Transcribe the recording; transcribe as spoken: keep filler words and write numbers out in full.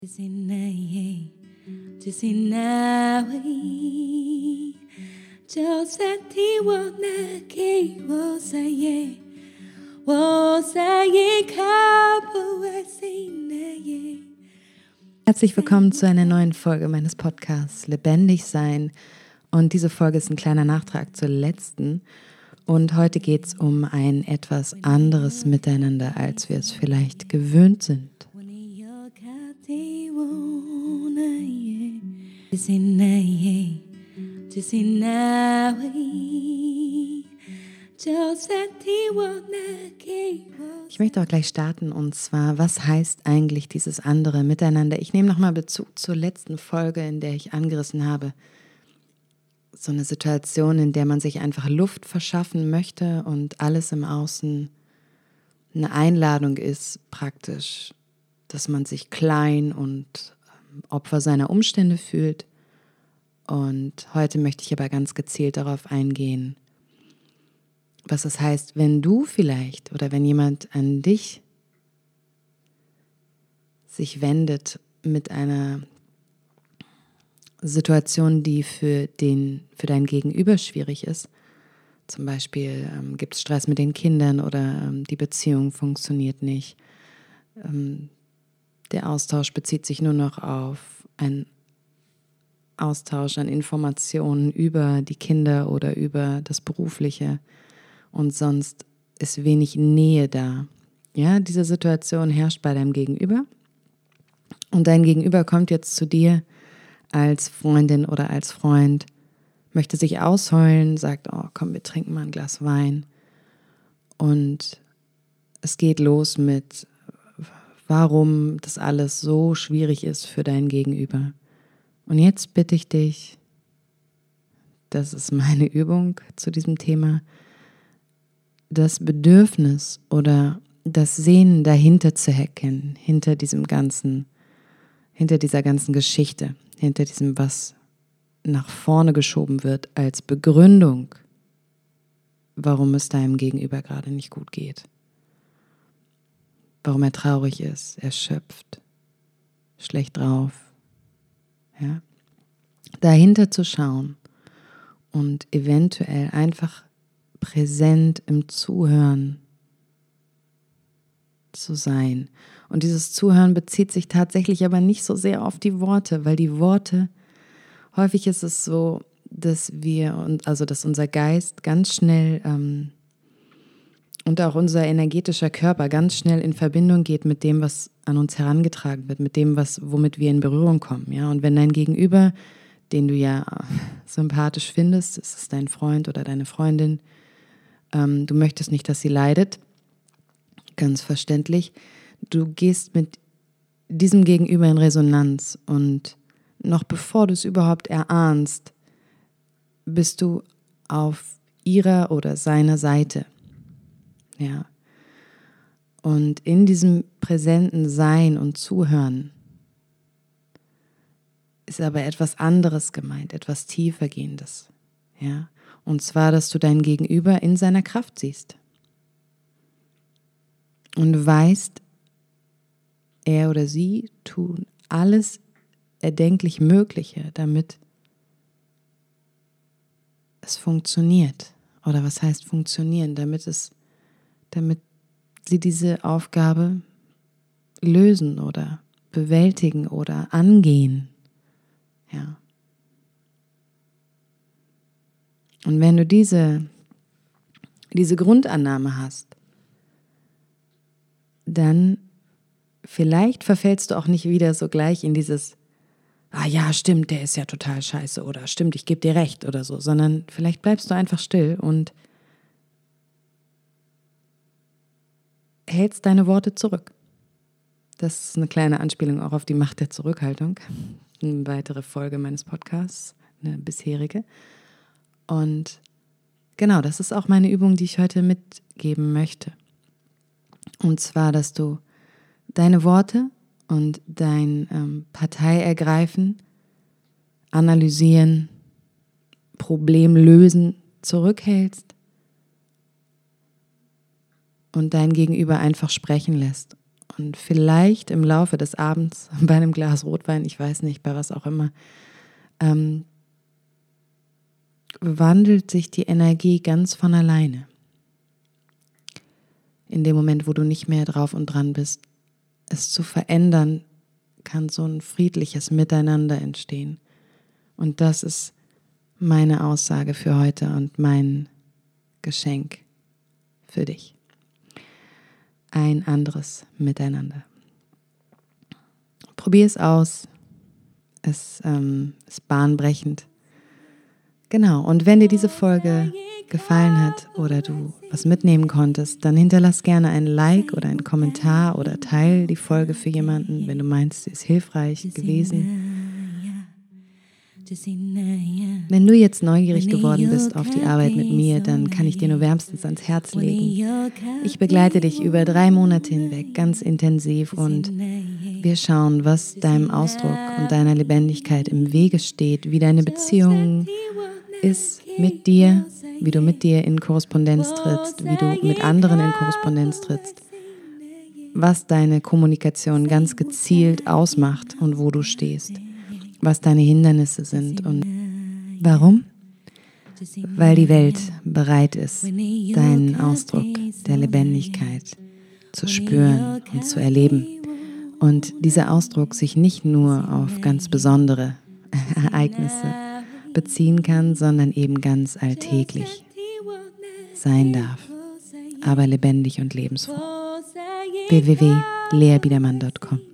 Herzlich willkommen zu einer neuen Folge meines Podcasts Lebendig Sein. Und diese Folge ist ein kleiner Nachtrag zur letzten. Und heute geht es um ein etwas anderes Miteinander, als wir es vielleicht gewöhnt sind. Ich möchte auch gleich starten, und zwar, was heißt eigentlich dieses andere Miteinander? Ich nehme nochmal Bezug zur letzten Folge, in der ich angerissen habe, so eine Situation, in der man sich einfach Luft verschaffen möchte und alles im Außen eine Einladung ist, praktisch, dass man sich klein und Opfer seiner Umstände fühlt. Und heute möchte ich aber ganz gezielt darauf eingehen, was es heißt, wenn du vielleicht oder wenn jemand an dich sich wendet mit einer Situation, die für den, für dein Gegenüber schwierig ist. Zum Beispiel ähm, gibt es Stress mit den Kindern oder ähm, die Beziehung funktioniert nicht. Ähm, der Austausch bezieht sich nur noch auf einen Austausch an Informationen über die Kinder oder über das Berufliche und sonst ist wenig Nähe da. Ja, diese Situation herrscht bei deinem Gegenüber und dein Gegenüber kommt jetzt zu dir als Freundin oder als Freund, möchte sich ausheulen, sagt, oh komm, wir trinken mal ein Glas Wein. Und es geht los mit, warum das alles so schwierig ist für dein Gegenüber. Und jetzt bitte ich dich, das ist meine Übung zu diesem Thema, das Bedürfnis oder das Sehnen dahinter zu erkennen, hinter diesem ganzen, hinter dieser ganzen Geschichte. Hinter diesem, was nach vorne geschoben wird als Begründung, warum es deinem Gegenüber gerade nicht gut geht. Warum er traurig ist, erschöpft, schlecht drauf. Ja? Dahinter zu schauen und eventuell einfach präsent im Zuhören zu sein. Und dieses Zuhören bezieht sich tatsächlich aber nicht so sehr auf die Worte, weil die Worte, häufig ist es so, dass wir, also dass unser Geist ganz schnell ähm, und auch unser energetischer Körper ganz schnell in Verbindung geht mit dem, was an uns herangetragen wird, mit dem, was, womit wir in Berührung kommen. Ja? Und wenn dein Gegenüber, den du ja sympathisch findest, ist es dein Freund oder deine Freundin, ähm, du möchtest nicht, dass sie leidet, ganz verständlich. Du gehst mit diesem Gegenüber in Resonanz und noch bevor du es überhaupt erahnst, bist du auf ihrer oder seiner Seite. Ja. Und in diesem präsenten Sein und Zuhören ist aber etwas anderes gemeint, etwas tiefergehendes. Ja. Und zwar, dass du dein Gegenüber in seiner Kraft siehst. Und weißt, er oder sie tun alles erdenklich Mögliche, damit es funktioniert. Oder was heißt funktionieren? Damit es, damit sie diese Aufgabe lösen oder bewältigen oder angehen. Ja. Und wenn du diese, diese Grundannahme hast, dann vielleicht verfällst du auch nicht wieder so gleich in dieses, ah ja, stimmt, der ist ja total scheiße oder stimmt, ich gebe dir recht oder so, sondern vielleicht bleibst du einfach still und hältst deine Worte zurück. Das ist eine kleine Anspielung auch auf die Macht der Zurückhaltung. Eine weitere Folge meines Podcasts, eine bisherige. Und genau, das ist auch meine Übung, die ich heute mitgeben möchte. Und zwar, dass du deine Worte und dein ähm, Parteiergreifen, analysieren, Problem lösen zurückhältst und dein Gegenüber einfach sprechen lässt Und vielleicht im Laufe des Abends bei einem Glas Rotwein, ich weiß nicht, bei was auch immer, ähm, wandelt sich die Energie ganz von alleine. In dem Moment, wo du nicht mehr drauf und dran bist, es zu verändern, kann so ein friedliches Miteinander entstehen. Und das ist meine Aussage für heute und mein Geschenk für dich. Ein anderes Miteinander. Probier es aus. Es ähm, ist bahnbrechend. Genau, und wenn dir diese Folge gefallen hat oder du was mitnehmen konntest, dann hinterlass gerne ein Like oder einen Kommentar oder teile die Folge für jemanden, wenn du meinst, sie ist hilfreich gewesen. Wenn du jetzt neugierig geworden bist auf die Arbeit mit mir, dann kann ich dir nur wärmstens ans Herz legen. Ich begleite dich über drei Monate hinweg ganz intensiv und wir schauen, was deinem Ausdruck und deiner Lebendigkeit im Wege steht, wie deine Beziehung ist mit dir, wie du mit dir in Korrespondenz trittst, wie du mit anderen in Korrespondenz trittst, was deine Kommunikation ganz gezielt ausmacht und wo du stehst, was deine Hindernisse sind und warum? Weil die Welt bereit ist, deinen Ausdruck der Lebendigkeit zu spüren und zu erleben. Und dieser Ausdruck sich nicht nur auf ganz besondere Ereignisse beziehen kann, sondern eben ganz alltäglich sein darf, aber lebendig und lebensfroh. w w w punkt lea biedermann punkt com